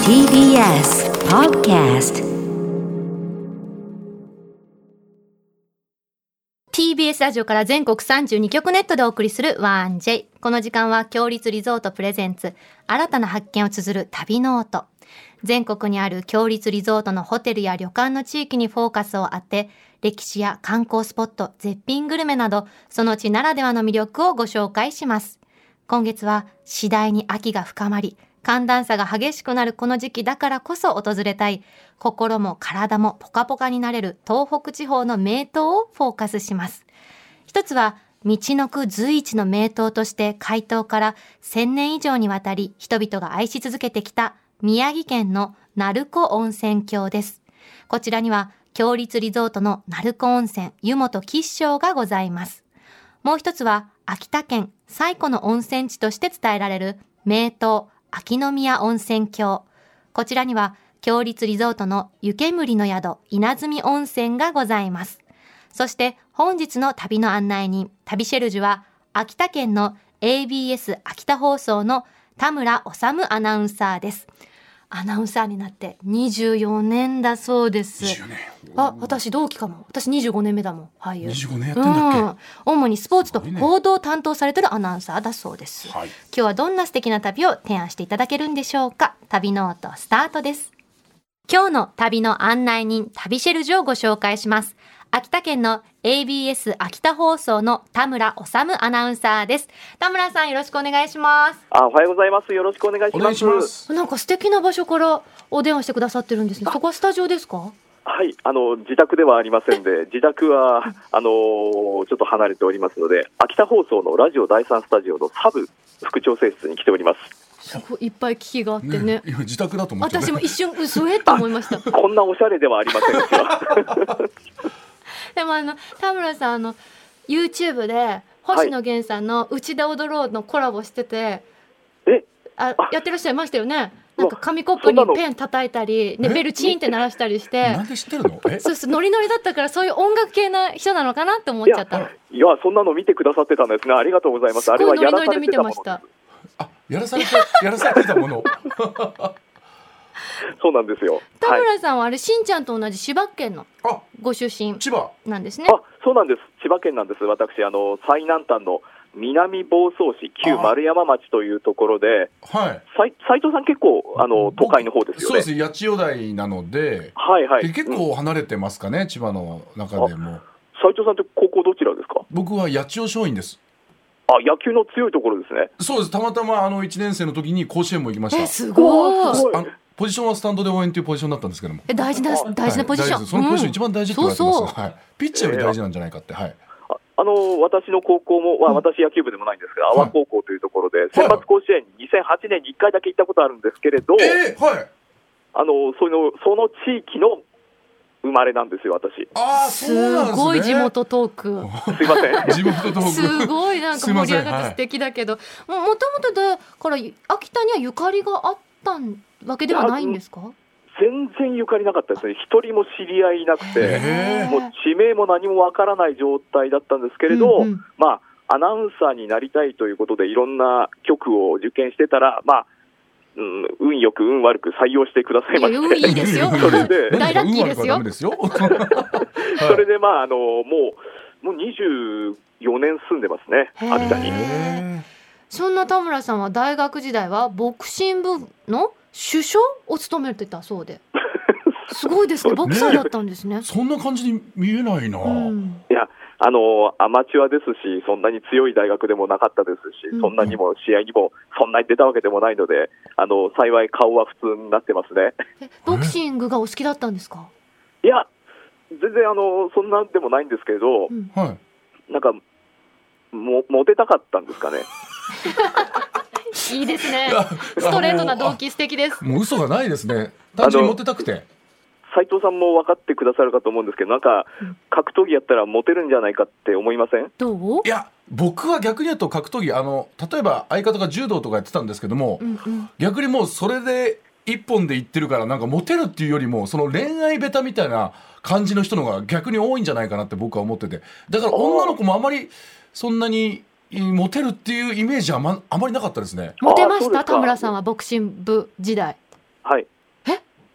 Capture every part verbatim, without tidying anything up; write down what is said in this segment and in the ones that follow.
ティービーエス Podcast。 ティービーエス ラジオから全国さんじゅうにきょくネットでお送りする ワンジェイ。 この時間は強立リゾートプレゼンツ新たな発見を綴る旅ノート。全国にある強立リゾートのホテルや旅館の地域にフォーカスを当て、歴史や観光スポット、絶品グルメなどその地ならではの魅力をご紹介します。今月は次第に秋が深まり、寒暖差が激しくなるこの時期だからこそ訪れたい、心も体もポカポカになれる東北地方の名湯をフォーカスします。一つはみちのく随一の名湯として開湯からせんねん以上にわたり人々が愛し続けてきた宮城県の鳴子温泉郷です。こちらには強立リゾートの鳴子温泉湯本吉祥がございます。もう一つは秋田県最古の温泉地として伝えられる名湯秋宮温泉郷。こちらには強立リゾートの湯煙の宿稲積温泉がございます。そして本日の旅の案内人、旅シェルジュは秋田県の エービーエス 秋田放送の田村治アナウンサーです。アナウンサーになってにじゅうよねんだそうです。 にじゅうねん。 あ、私同期かも。私にじゅうごねんめだもん、俳優。 にじゅうごねんやってんだっけ、うん、 主にスポーツと報道を担当されているアナウンサーだそうです、はい、今日はどんな素敵な旅を提案していただけるんでしょうか。旅ノートスタートです。今日の旅の案内人、旅シェルジュをご紹介します。秋田県の エービーエス 秋田放送の田村治アナウンサーです。田村さん、よろしくお願いします。 あ、おはようございます。よろしくお願いします。お願いします。 なんか素敵な場所からお電話してくださってるんですね。そこはスタジオですか？ はい、あの自宅ではありませんで、自宅はあのー、ちょっと離れておりますので、秋田放送のラジオだいさんスタジオのサブ副調整室に来ております。 すごいいっぱい機器があって ね, ね今自宅だと思って、ね、 私も一瞬嘘えと思いましたこんなおしゃれではありませんがでもあの田村さん、あの YouTube で星野源さんのうちで踊ろうのコラボしてて、 はい、 ああやってらっしゃいましたよね。なんか紙コップにペン叩いたり、ね、ベルチーンって鳴らしたりして。 なんで知ってるの？えそうそう、ノリノリだったからそういう音楽系な人なのかなって思っちゃったの。 いや、いやそんなの見てくださってたんですね。ありがとうございます。 すごいノリノリで見てました。 あ、やらされてやらされてたものそうなんですよ。 田村さんはあれ、しんちゃんと同じ千葉県のご出身千葉なんですね。 あ、そうなんです。千葉県なんです。私、あの最南端の南房総市旧丸山町というところで、はい、斉藤さん結構あの都会の方ですよね。 そうです。八千代台なので、 はいはい、 結構離れてますかね、うん、千葉の中でも。 斉藤さんって高校どちらですか？ 僕は八千代松陰です。 あ、野球の強いところですね。 そうです。たまたまあのいちねん生の時に甲子園も行きました。 え、すごい。 あのポジションはスタンドで応援というポジションだったんですけども。 え、大事な大事なポジション、はい、 そのポジション一番大事って言われてます、 うん、そうそう、 はい、ピッチャーより大事なんじゃないかって、はい、 あ, あの私の高校も、まあ、私野球部でもないんですが、阿、う、波、ん、高校というところで、はい、選抜甲子園にせんはちねんにいっかいだけ行ったことあるんですけれど、 えーはい、 あのそのその地域の生まれなんですよ、私。 あー、そうなんですね。 すごい地元トーク。 すいません。 地元トーク。 すごいなんか盛り上がって素敵だけど、はい、もともとだから秋田にはゆかりがあったわけではないんですか？ 全然ゆかりなかったですね。一人も知り合いなくて、もう地名も何もわからない状態だったんですけれど、うんうん、まあアナウンサーになりたいということでいろんな局を受験してたら、まあうん、運よく運悪く採用してくださいまして、 いやいいですよ。それで大ラッキーですよ。 それでまああのもうもうにじゅうよねん住んでますね、秋田に。 そんな田村さんは大学時代はボクシングの主将を務めてたそうで、すごいですね。ボクサーだったんですね。 そんな感じに見えないな、うん、 いや、あのアマチュアですし、そんなに強い大学でもなかったですし、うん、そんなにも試合にもそんなに出たわけでもないので、あの幸い顔は普通になってますね。 え、ボクシングがお好きだったんですか？ いや、全然あのそんなんでもないんですけれど、うん、なんかもモテたかったんですかね。 いいですね。ストレートな動機、素敵です。 もう嘘がないですね。単純にモテたくて。 斉藤さんも分かってくださるかと思うんですけど、なんか格闘技やったらモテるんじゃないかって思いません？ どう？ いや、僕は逆に言うと格闘技、あの例えば相方が柔道とかやってたんですけども、うんうん、逆にもうそれで一本でいってるから、なんかモテるっていうよりもその恋愛ベタみたいな感じの人の方が逆に多いんじゃないかなって僕は思ってて、だから女の子もあまりそんなにモテるっていうイメージはあま、あまりなかったですね。 モテました？田村さんはボクシング部時代。 はい、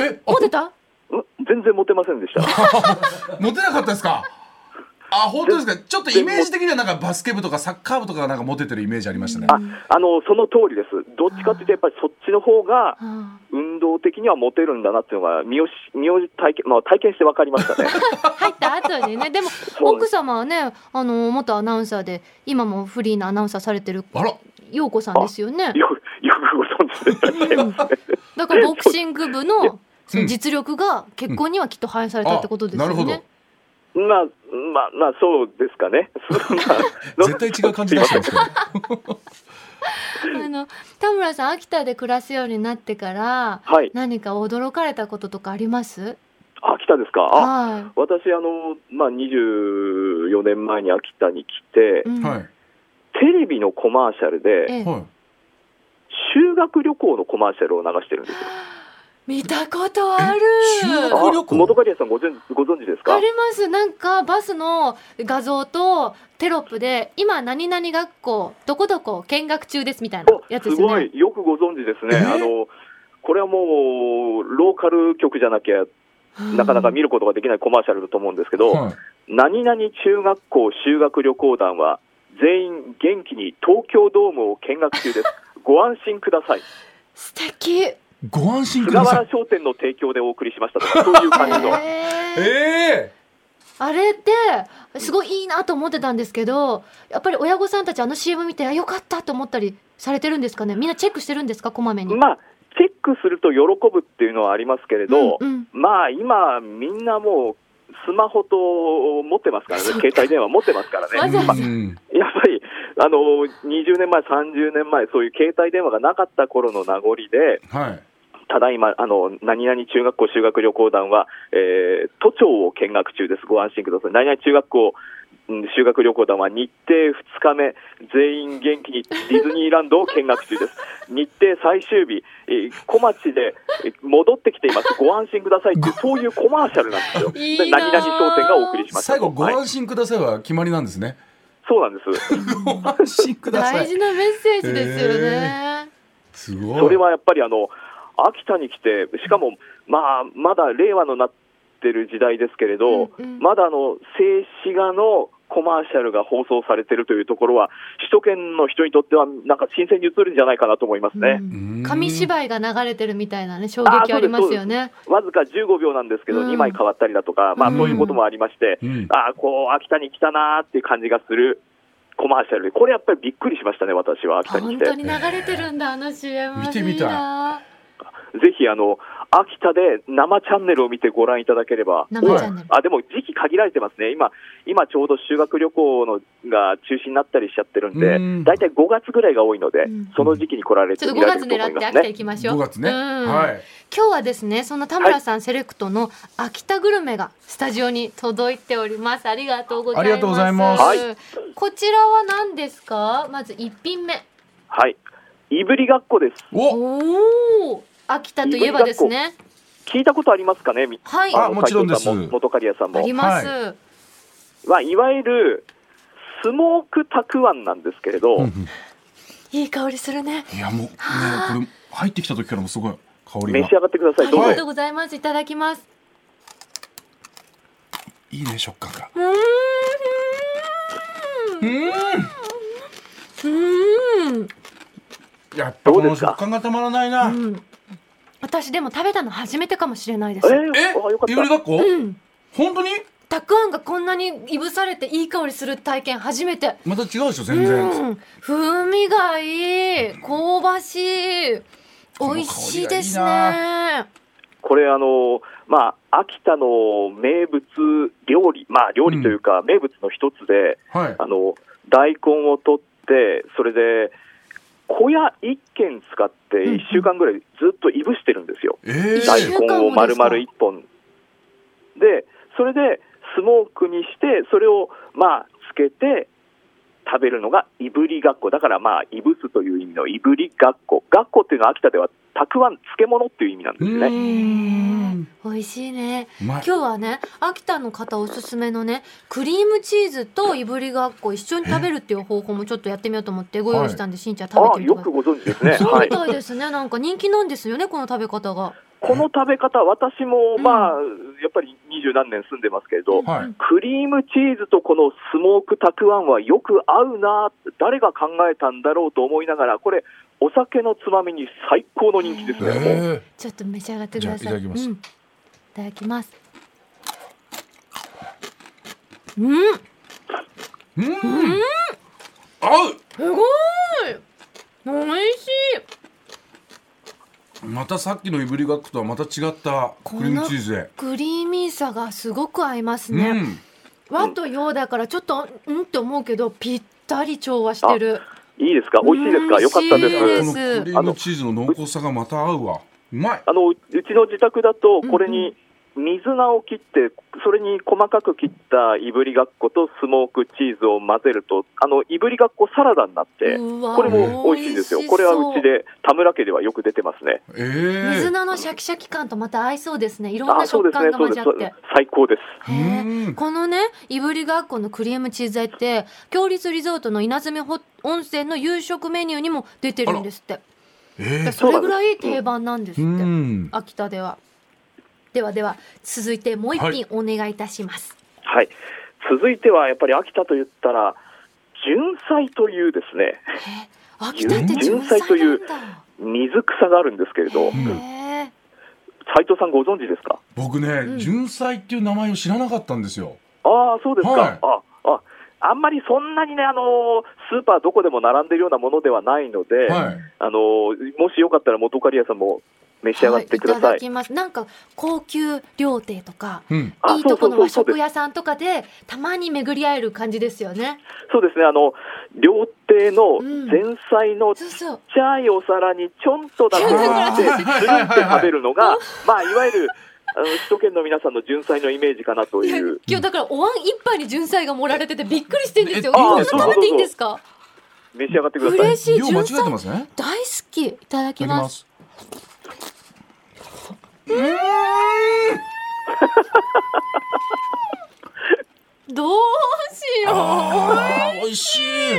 え、 モテた？ うん全然モテませんでした。 モテなかったですか？あ、本当ですか。ちょっとイメージ的にはなんかバスケ部とかサッカー部とかなんかモテてるイメージありましたね。 あ、あのその通りです。どっちかっていうとやっぱりそっちの方があ運動的にはモテるんだなっていうのが身をし身を体験、まあ、体験して分かりましたね。 入った後にね。でもそう奥様はね、あの元アナウンサーで今もフリーのアナウンサーされてるあら、 陽子さんですよね。 よくよくご存知でいらっしゃいますね。 だからボクシング部のその実力が結婚にはきっと反映されたってことですよね。 あ、なるほど。 まあまあまあそうですかね。 絶対違う感じ出してますけど。 あの田村さん、秋田で暮らすようになってから、 はい、 何か驚かれたこととかあります？ 秋田ですか。あ、 はい、 私あの、まあ、にじゅうよねんまえに秋田に来て、 うん、 はい。 テレビのコマーシャルでええ、 はい。 修学旅行のコマーシャルを流してるんですよ。 見たことある。 修学あ、 旅行元カリアさんご存ご存知ですか？ あります。なんかバスの画像とテロップで今何々学校どこどこ見学中ですみたいなやつですすね。 ごいよくご存知ですね。 えーあのこれはもうローカル局じゃなきゃなかなか見ることができないコマーシャルだと思うんですけど、 はい。 何々中学校修学旅行団は全員元気に東京ドームを見学中です。ご安心ください。 素敵。 ご安心く菅ださい。 原商店の提供でお送りしましたとか、そういう感じの。 えーえあれってすごいいいなと思ってたんですけど、やっぱり親御さんたちあの シーエム 見てあよかったと思ったりされてるんですかね。みんなチェックしてるんですか、こまめに。 まあチェックすると喜ぶっていうのはありますけれど、 うんうん、ままあ今みんなもうスマホと持ってますからね、携帯電話持ってますからね。 わざわざうん。 やっぱりあのにじゅうねんまえさんじゅうねんまえそういう携帯電話がなかった頃の名残で、 はい。 ただいまあの何々中学校修学旅行団は、えー都庁を見学中です。ご安心ください。何々中学校うん修学旅行団は日程ふつかめ全員元気にディズニーランドを見学中です。日程最終日、えー小町でえー戻ってきています。ご安心くださいっていうそういうコマーシャルなんですよ。 いいなで何々商店がお送りしました。 最後ごはい安心くださいは決まりなんですね。 そうなんです。 ご安心ください。 大事なメッセージですよね。 すごい。 それはやっぱりあの秋田に来て、しかも、まあ、まだ令和のなってる時代ですけれど、 うんうん、 まだあの静止画のコマーシャルが放送されているというところは、首都圏の人にとってはなんか新鮮に映るんじゃないかなと思いますね。 うんうん紙芝居が流れてるみたいなね、衝撃ありますよね。 わずかじゅうごびょうなんですけど、 うん、 にまい変わったりだとか、まあ、そういうこともありまして、 うん、 ああ、こう秋田に来たなーっていう感じがするコマーシャルで、これやっぱりびっくりしましたね、私は秋田に来て。 本当に流れてるんだ、あの シーエム。 見てみたい。 ぜひあの秋田で生チャンネルを見てご覧いただければ。 生チャンネル。 あ、でも時期限られてますね。今今ちょうど修学旅行のが中止になったりしちゃってるんで、だいたいごがつぐらいが多いので、うん、その時期に来られてちょっとごがつ狙って秋田行きましょう。 ごがつね、うん、はい。 今日はですね、その田村さんセレクトの秋田グルメがスタジオに届いております。ありがとうございます。 ありがとうございます。 はい、 こちらは何ですか？まずいち品目。 はい、いぶりがっこです。 おお。秋田といえばですね。 聞いたことありますかね。 はい。 あ、もちろんです。 元カリアさんも。 あります。 はい、まあ、いわゆるスモークたくあんなんですけれど、 いい香りするね。 いやもうね、これ入ってきた時からもすごい香りが。 召し上がってください。 ありがとうございます。いただきます。 いいね、食感が。 うーん。 うん。うん。やっぱこの食感がたまらないな。 うん、私でも食べたの初めてかもしれないです。 えー、 え、いぶりがっこ？ うん。 本当に？ たくあんがこんなにいぶされていい香りする体験初めて。 また違うでしょ全然。 うん、風味がいい、香ばしい、美味しいですね。 これあのまあ秋田の名物料理、まあ料理というか名物の一つで、 うん、はい、 あの大根を取ってそれで小屋一軒使っていっしゅうかんぐらいずっといぶしてるんですよ、 うん、えー、 大根を丸々いっぽんで、それでスモークにしてそれをまあつけて食べるのがいぶりがっこだから、まあいぶすという意味のいぶりがっこ。がっこっていうのは秋田ではたくあん漬物っていう意味なんですね。 うーん、美味しいね。 今日はね、秋田の方おすすめのねクリームチーズといぶりがっこ一緒に食べるっていう方法もちょっとやってみようと思ってご用意したんで、しんちゃん食べてみてください。 あ、よくご存知ですね。 そうみたいですね。なんか人気なんですよね、この食べ方が。 この食べ方、私もまあ、やっぱり二十何年住んでますけれど、 はい、 クリームチーズとこのスモークたくあんはよく合うな、誰が考えたんだろうと思いながら、これお酒のつまみに最高の人気ですね。もうちょっと召し上がってください。 じゃあいただきます。 うん、いただきます。うん、うん、 うん、合う。 すごい美味しい。 またさっきのいぶりがっことはまた違ったクリームチーズでクリーミーさがすごく合いますね、うん、和と洋だからちょっとうんって思うけどぴったり調和してる。 いいですか、美味しいですか、よかったです。 このクリームチーズの濃厚さがまた合うわ、うまい。 あのうちの自宅だとこれに水菜を切って、それに細かく切ったいぶりがっことスモークチーズを混ぜると、あのいぶりがっこサラダになって、これも美味しいんですよ。これはうちで田村家ではよく出てますね。 えー、 水菜のシャキシャキ感とまた合いそうですね。いろんな食感が混ざって、ね、 最高です。 このねいぶりがっこのクリームチーズあえって強立リゾートの稲積温泉の夕食メニューにも出てるんですって。えー、それぐらい定番なんですって、うん、秋田では。ではでは続いてもう一品お願いいたします。 はい、はい、続いてはやっぱり秋田と言ったら純菜というですね、 秋田って純菜という水草があるんですけれど、斉藤さんご存知ですか？ 僕ね、うん、純菜っていう名前を知らなかったんですよ。 ああ、そうですか、はい、あああんまりそんなにね、あのスーパーどこでも並んでるようなものではないので、はい、あのもしよかったら元刈谷さんも召し上がってください。 はい、いただきます。なんか高級料亭とか、うん、いいとこの和食屋さんとかでたまに巡り合える感じですよね。 そうですね、あの料亭の前菜のちっちゃいお皿にちょんとだけ入れてつるんって食べるのが、まあいわゆるあの首都圏の皆さんの純菜のイメージかなという。 今日だからお椀一杯に純菜が盛られててびっくりしてるんですよ。いろんな食べていいんですか？ 召し上がってください。 嬉しい。 量間違えてますね。 大好き。いただきます。うーんどうしよう、 おいしい。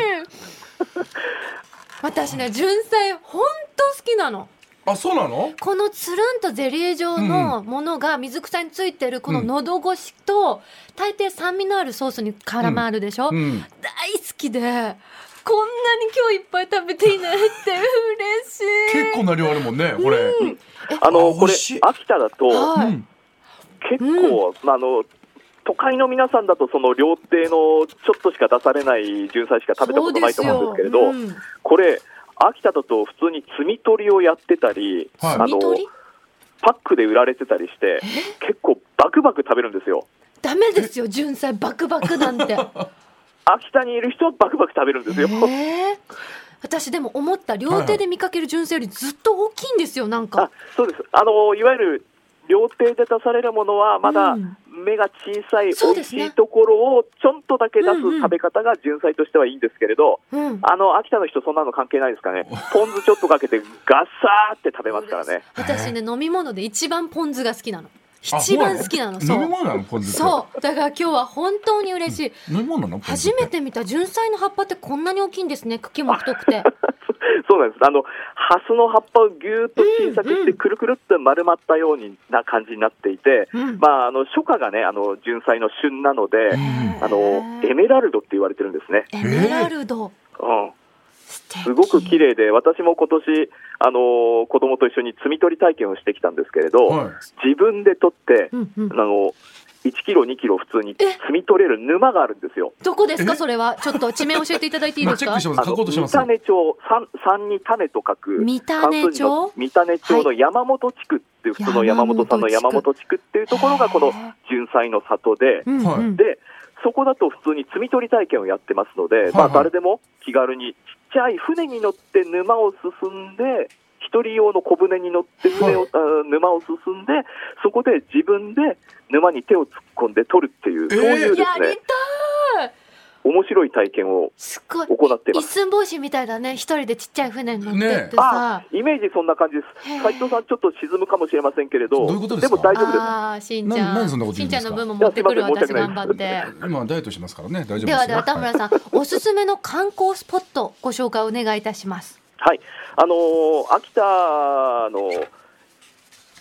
私ね純菜ほんと好きなの。 あ、そうなの？ このつるんとゼリー状のものが水草についてるこの喉越しと、うん、大抵酸味のあるソースに絡まるでしょ、うんうん、大好きでこんなに今日いっぱい食べていいなって嬉しい。 結構な量あるもんねこれ、うん、 あのこれ秋田だと、はい、結構、うん、あの都会の皆さんだとその料亭のちょっとしか出されない純菜しか食べたことないと思うんですけれど、うん、これ秋田だと普通に摘み取りをやってたり、はい、あのパックで売られてたりして結構バクバク食べるんですよ。 ダメですよ純菜バクバクなんて秋田にいる人はバクバク食べるんですよ。 私でも思った料亭で見かける純菜よりずっと大きいんですよ。なんかあそうです。あのいわゆる料亭で出されるものはまだ目が小さい、うん、美味しいところをちょんとだけ出す食べ方が純菜としてはいいんですけれど、うんうん、あの秋田の人そんなの関係ないですかね。ポン酢ちょっとかけてガッサーって食べますからね。 私ね飲み物で一番ポン酢が好きなの。一番好きなの。そう。 飲み物なのポン酢って。 そうだから今日は本当に嬉しい、 うん、飲み物なのポン酢って。 初めて見た純菜の葉っぱってこんなに大きいんですね。茎も太くてそうなんです。あのハスの葉っぱをぎゅーっと小さくしてくるくるっと丸まったような感じになっていて、うん、まああの初夏がねあの純菜の旬なので、あのエメラルドって言われてるんですね。 エメラルド、うん、 すごく綺麗で、私も今年あの子供と一緒に摘み取り体験をしてきたんですけれど、はい、自分で取って、うんうん、あのいちキロにキロ普通に摘み取れる沼があるんですよ。 どこですかそれは。ちょっと地名教えていただいていいですか？ 三種町、三に種と書く三種町三種町の山本地区っていう、普通の山本さんの山本地区っていうところがこの純菜の里で、でそこだと普通に摘み取り体験をやってますので、はいはい、まあ誰でも気軽にちっちゃい船に乗って沼を進んで、一人用の小船に乗って船を、沼を進んで、そこで自分で沼に手を突っ込んで取るっていう、そういうですね、 やりたい面白い体験を行っています。 一寸法師みたいだね。一人でちっちゃい船に乗ってってさ、 ね、イメージそんな感じです。斉藤さんちょっと沈むかもしれませんけれど、 どういうことですか？ でも大丈夫です。 あしんちゃん、しんちゃんの分も持ってくる。私頑張って今ダイエットしてますからね。大丈夫です。 ではでは田村さん、はい、おすすめの観光スポットご紹介お願いいたします。 はい、あのー、秋田の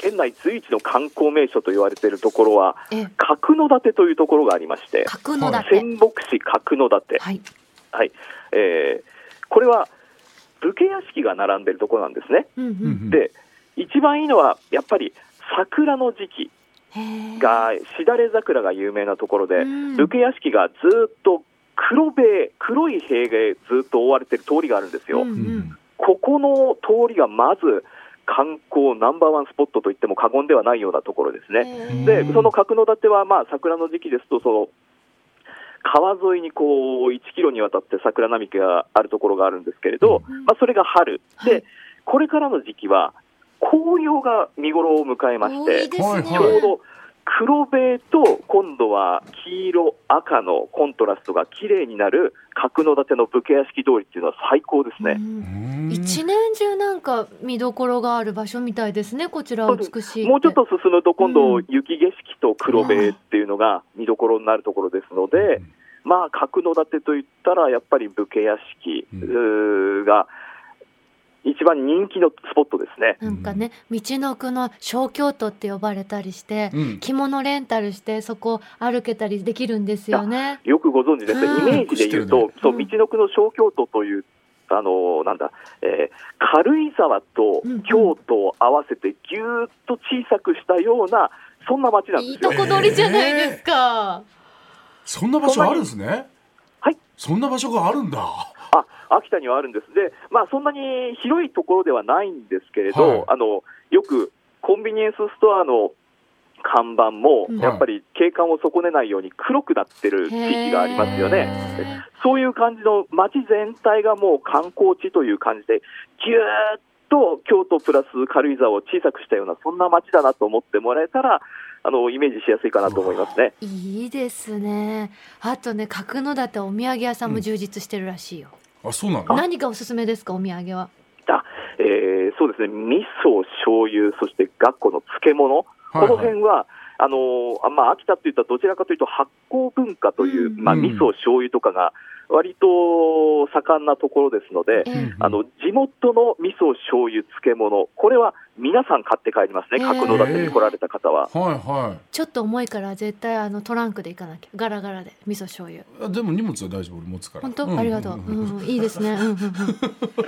県内随一の観光名所と言われているところはえ角館というところがありまして、 角館、 仙北市角館、 はいはいえー、これは武家屋敷が並んでいるところなんですね、 うんうんで一番いいのはやっぱり桜の時期がしだれ桜が有名なところで、うん、武家屋敷がずっと黒塀黒い塀でずっと覆われている通りがあるんですよ、うんうん、ここの通りがまず観光ナンバーワンスポットといっても過言ではないようなところですね。でその角館はまあ桜の時期ですとその川沿いにこういちキロにわたって桜並木があるところがあるんですけれど、うんまあ、それが春で、はい、これからの時期は紅葉が見頃を迎えまして、いいですね、ちょうど黒塀と今度は黄色赤のコントラストが綺麗になる角館の武家屋敷通りっていうのは最高ですね。 一年中なんか見どころがある場所みたいですね。こちら美しい。 もうちょっと進むと今度、うん、雪景色と黒塀っていうのが見どころになるところですので、うん、まあ角館といったらやっぱり武家屋敷が一番人気のスポットですね。 なんかね、道のくの小京都って呼ばれたりして、うん、着物レンタルしてそこ歩けたりできるんですよね。 よくご存知ですね、うん、イメージで言うと、ね、そう道のくの小京都というあのなんだ、えー、軽井沢と京都を合わせてぎゅーっと小さくしたようなそんな街なんですよ。 いいとこ取りじゃないですか、えー、 そんな場所あるんですね。 はい、 そんな場所があるんだ。 あ、秋田にはあるんです。で、まあ、そんなに広いところではないんですけれど、はい、あのよくコンビニエンスストアの看板もやっぱり景観を損ねないように黒くなってる地域がありますよね。そういう感じの街全体がもう観光地という感じでぎゅーっと京都プラス軽井沢を小さくしたようなそんな街だなと思ってもらえたらあのイメージしやすいかなと思いますね。 いいですね。あとね、角館お土産屋さんも充実してるらしいよ、 うん、あ、そうなの？ 何がおすすめですか、お土産は。 あ、えー、そうですね、味噌、醤油、そしてがっこの漬物、はいはい、この辺はあのーまあ、秋田といったらどちらかというと発酵文化という、うんまあ、味噌、醤油とかが割と盛んなところですので、うん、あの地元の味噌、醤油、漬物、これは皆さん買って帰りますね、角館に来られた方は、 はいはい、 ちょっと重いから絶対あのトランクで行かなきゃ、ガラガラで味噌醤油。 でも荷物は大丈夫、俺持つから。 本当、うん、ありがとう、うんうん、いいですね、うんうんうん、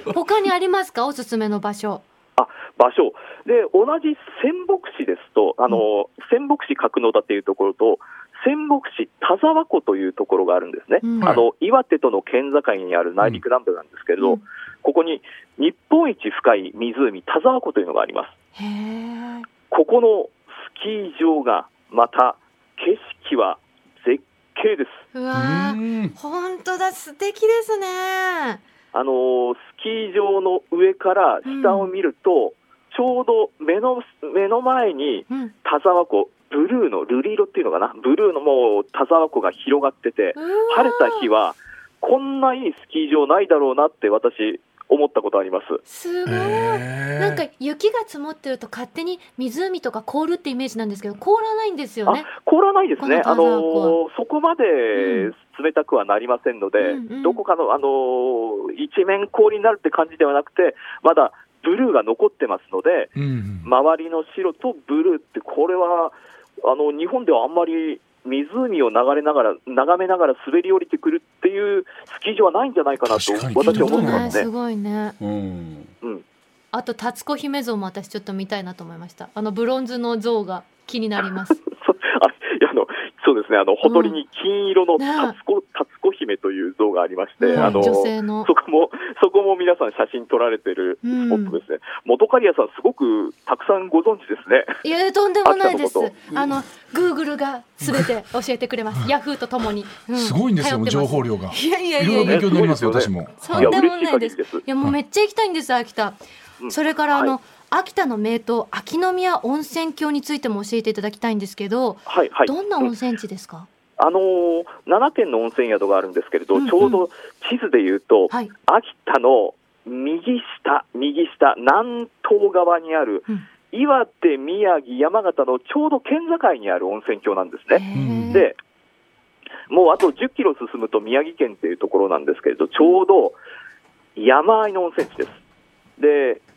他にありますか、おすすめの場所。 あ、場所で同じ仙北市ですと、あの、うん、仙北市角館というところと仙北市田沢湖というところがあるんですね、うん、あの岩手との県境にある内陸南部なんですけれど、うん、ここに日本一深い湖田沢湖というのがあります。 へー。 ここのスキー場がまた景色は絶景です。 うわー、本当だ、素敵ですね。 あのスキー場の上から下を見ると、うん、ちょうど目の、目の前に田沢湖、ブルーの瑠璃色っていうのかな、ブルーのもう田沢湖が広がってて、晴れた日はこんないいスキー場ないだろうなって私思ったことあります。 すごい、なんか雪が積もってると勝手に湖とか凍るってイメージなんですけど、凍らないんですよね。 あ、凍らないですね。あのー、そこまで冷たくはなりませんので、うんうん、どこかの、あのー、一面氷になるって感じではなくて、まだブルーが残ってますので、うんうん、周りの白とブルーってこれはあの日本ではあんまり湖を流れながら眺めながら滑り降りてくるっていうスキー場はないんじゃないかなと私は思ってますね。 すごいね、 うんうん、 あとタツコ姫像も私ちょっと見たいなと思いました。あのブロンズの像が気になりますあ、いや、あのそうですね、あのほとりに金色のタツコ、タツコ姫という像がありまして、うん、あの女性のそこもそこも皆さん写真撮られてるスポットですね、うん、本刈谷さんすごくたくさんご存知ですね。 いや、とんでもないです。あのグーグルがすべて教えてくれますヤフーとともに、 うん、すごいんですよ、情報量が。 いやいやいや、 いろいろ勉強になりますよ、私も。 とんでもないです。いや、もうめっちゃ行きたいんです、秋田、うん、それからあの、はい、秋田の名湯秋宮温泉郷についても教えていただきたいんですけど、 はいはい、 どんな温泉地ですか？ あのー、ななけんの温泉宿があるんですけれど、うんうん、ちょうど地図でいうと、はい、秋田の右下右下南東側にある、うん、岩手、宮城、山形のちょうど県境にある温泉郷なんですね。でもうあとじゅっキロ進むと宮城県というところなんですけれど、ちょうど山あいの温泉地です。で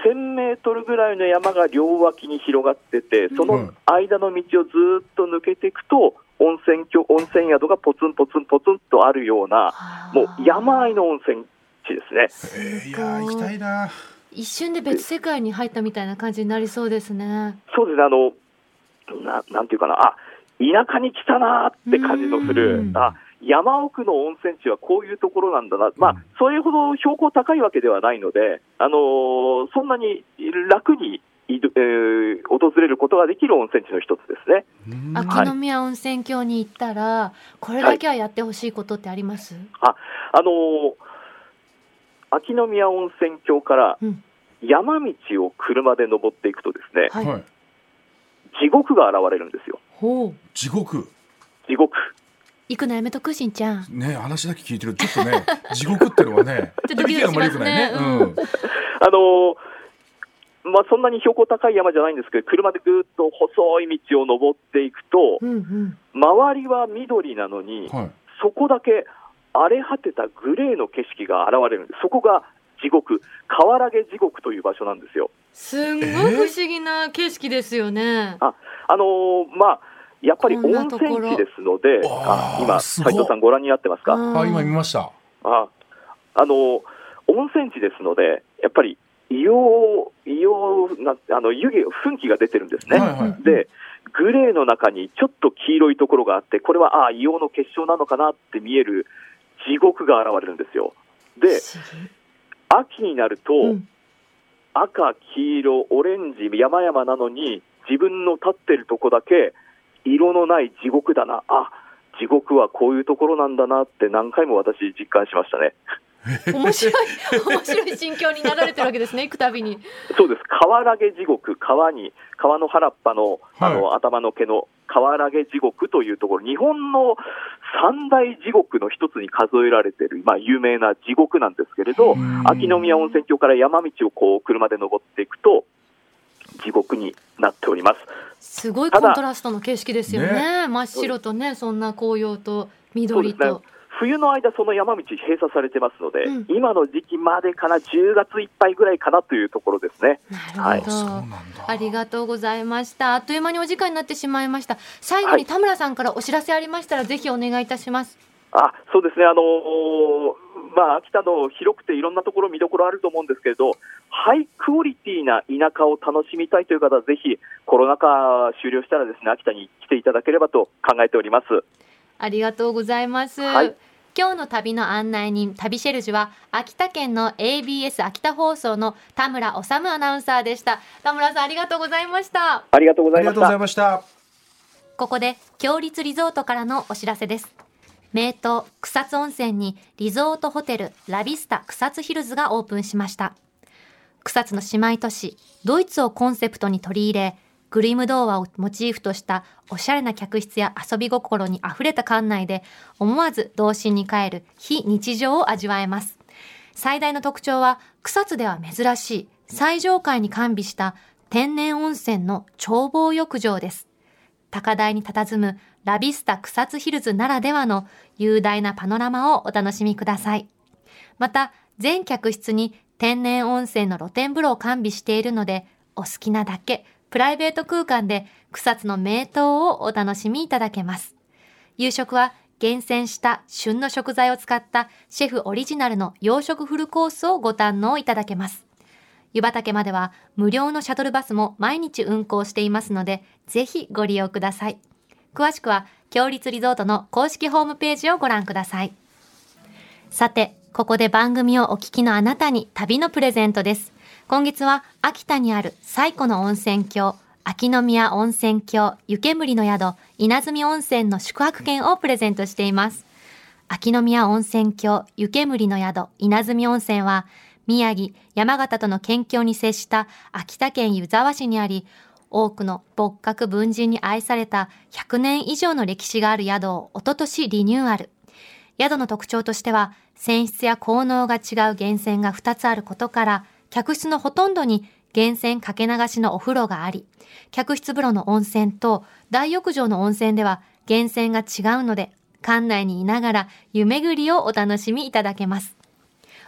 せんメートルぐらいの山が両脇に広がってて、その間の道をずっと抜けていくと温泉郷、温泉宿がポツンポツンポツンとあるような、もう山あいの温泉地ですね。 えー、いや行きたいな。 一瞬で別世界に入ったみたいな感じになりそうですね。 そうですね、あの な, なんていうかな、あ、田舎に来たなって感じのする、あ、山奥の温泉地はこういうところなんだな、まあ、それほど標高高いわけではないので、あのー、そんなに楽に、えー、訪れることができる温泉地の一つですね。 秋宮温泉郷に行ったら、はい、これだけはやってほしいことってあります？ はい、あ、あのー、秋宮温泉郷から山道を車で登っていくとですね、はい、地獄が現れるんですよ。 ほう。 地獄地獄行くのやめとく、しんちゃん。 ね、話だけ聞いてるちょっとね地獄ってのはねちょっとドキドキしますね。 うん、あのーまあ、そんなに標高高い山じゃないんですけど、車でぐーっと細い道を登っていくと、うんうん、周りは緑なのに、はい、そこだけ荒れ果てたグレーの景色が現れるんです。そこが地獄、河原毛地獄という場所なんですよ。 すんごい不思議な景色ですよね。 あ、あのー、まあやっぱり温泉地ですので、あ、今斉藤さんご覧になってますか？ あ、今見ました。 あ、あの温泉地ですので、やっぱり硫黄、硫黄な、あの湯気、噴気が出てるんですね。はいはい、で、グレーの中にちょっと黄色いところがあって、これはあ硫黄の結晶なのかなって見える地獄が現れるんですよ。で、秋になると、うん、赤、黄色、オレンジ、山々なのに自分の立ってるとこだけ色のない地獄だな、あ、地獄はこういうところなんだなって何回も私実感しましたね。 面白い面白い心境になられてるわけですね、行くたびに。 そうです、河原毛地獄、川に川の原っぱの、あの、はい、頭の毛の河原毛地獄というところ、日本の三大地獄の一つに数えられている、まあ、有名な地獄なんですけれど、秋宮温泉郷から山道をこう車で登っていくと地獄になっております。 すごいコントラストの景色ですよ ね, ね真っ白とね、そんな紅葉と緑と、ね、 冬の間その山道閉鎖されてますので、うん、今の時期までかな、じゅうがついっぱいぐらいかなというところですね。 なるほど、はい、ありがとうございました。あっという間にお時間になってしまいました。最後に田村さんからお知らせありましたら、はい、ぜひお願いいたします。 あ、そうですね、あのーまあ、秋田の広くていろんなところ見どころあると思うんですけれど、ハイクオリティな田舎を楽しみたいという方はぜひコロナ禍終了したらですね、秋田に来ていただければと考えております。 ありがとうございます、はい、今日の旅の案内人、旅シェルジュは秋田県の エービーエス 秋田放送の田村治アナウンサーでした。田村さん、ありがとうございました。 ありがとうございました。 ここで強立リゾートからのお知らせです。名湯草津温泉にリゾートホテルラビスタ草津ヒルズがオープンしました。草津の姉妹都市ドイツをコンセプトに取り入れ、グリム童話をモチーフとしたおしゃれな客室や遊び心にあふれた館内で、思わず童心に帰る非日常を味わえます。最大の特徴は草津では珍しい最上階に完備した天然温泉の眺望浴場です。高台に佇むラビスタ草津ヒルズならではの雄大なパノラマをお楽しみください。また全客室に天然温泉の露天風呂を完備しているので、お好きなだけプライベート空間で草津の名湯をお楽しみいただけます。夕食は厳選した旬の食材を使ったシェフオリジナルの洋食フルコースをご堪能いただけます。湯畑までは無料のシャトルバスも毎日運行していますので、ぜひご利用ください。詳しくは強立リゾートの公式ホームページをご覧ください。さて、ここで番組をお聞きのあなたに旅のプレゼントです。今月は秋田にある最古の温泉郷、秋宮温泉郷湯煙の宿稲積温泉の宿泊券をプレゼントしています。秋宮温泉郷湯煙の宿稲積温泉は、宮城、山形との県境に接した秋田県湯沢市にあり、多くの仏閣文人に愛されたひゃくねん以上の歴史がある宿をおととしリニューアル。宿の特徴としては、泉質や効能が違う源泉がふたつあることから、客室のほとんどに源泉かけ流しのお風呂があり、客室風呂の温泉と大浴場の温泉では源泉が違うので、館内にいながら湯巡りをお楽しみいただけます。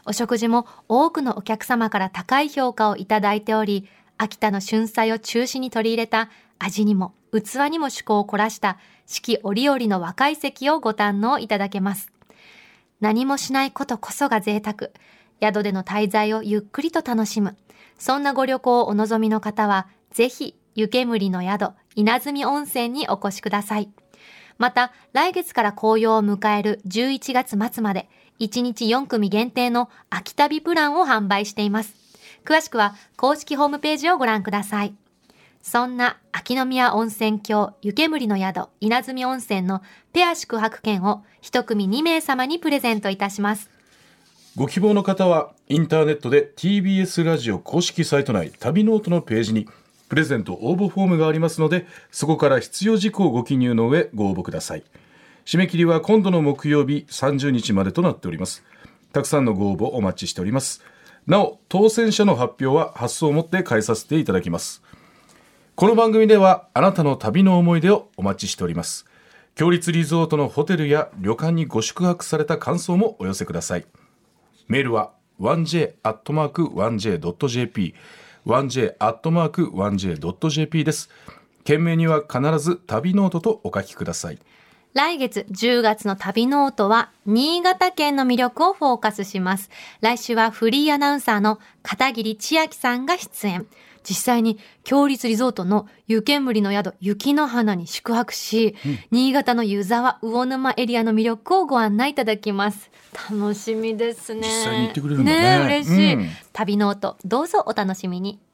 お食事も多くのお客様から高い評価をいただいており、秋田の春菜を中心に取り入れた味にも器にも趣向を凝らした四季折々の和懐石をご堪能いただけます。何もしないことこそが贅沢。宿での滞在をゆっくりと楽しむ。そんなご旅行をお望みの方は、ぜひ湯煙の宿稲積温泉にお越しください。また、来月から紅葉を迎えるじゅういちがつ末まで、いちにちよんくみ限定の秋旅プランを販売しています。詳しくは公式ホームページをご覧ください。そんな秋宮温泉郷湯煙の宿稲積温泉のペア宿泊券を一組にめい様にプレゼントいたします。 ご希望の方はインターネットで ティービーエス ラジオ公式サイト内旅ノートのページにプレゼント応募フォームがありますので、そこから必要事項をご記入の上ご応募ください。締め切りは今度の木曜日さんじゅうにちまでとなっております。たくさんのご応募お待ちしております。なお、当選者の発表は発送をもって返させていただきます。この番組ではあなたの旅の思い出をお待ちしております。強立リゾートのホテルや旅館にご宿泊された感想もお寄せください。メールは ワンジェイ アットマーク ワンジェイ ドット ジェーピー ワンジェイ アットマーク ワンジェイ ドット ジェーピー です。件名には必ず旅ノートとお書きください。 来月じゅうがつの旅ノートは新潟県の魅力をフォーカスします。来週はフリーアナウンサーの片桐千秋さんが出演。実際に強立リゾートの湯煙の宿雪の花に宿泊し、うん、新潟の湯沢魚沼エリアの魅力をご案内いただきます。楽しみですね。 実際に行ってくれるんだね。 ね、嬉しい、うん、旅ノートどうぞお楽しみに。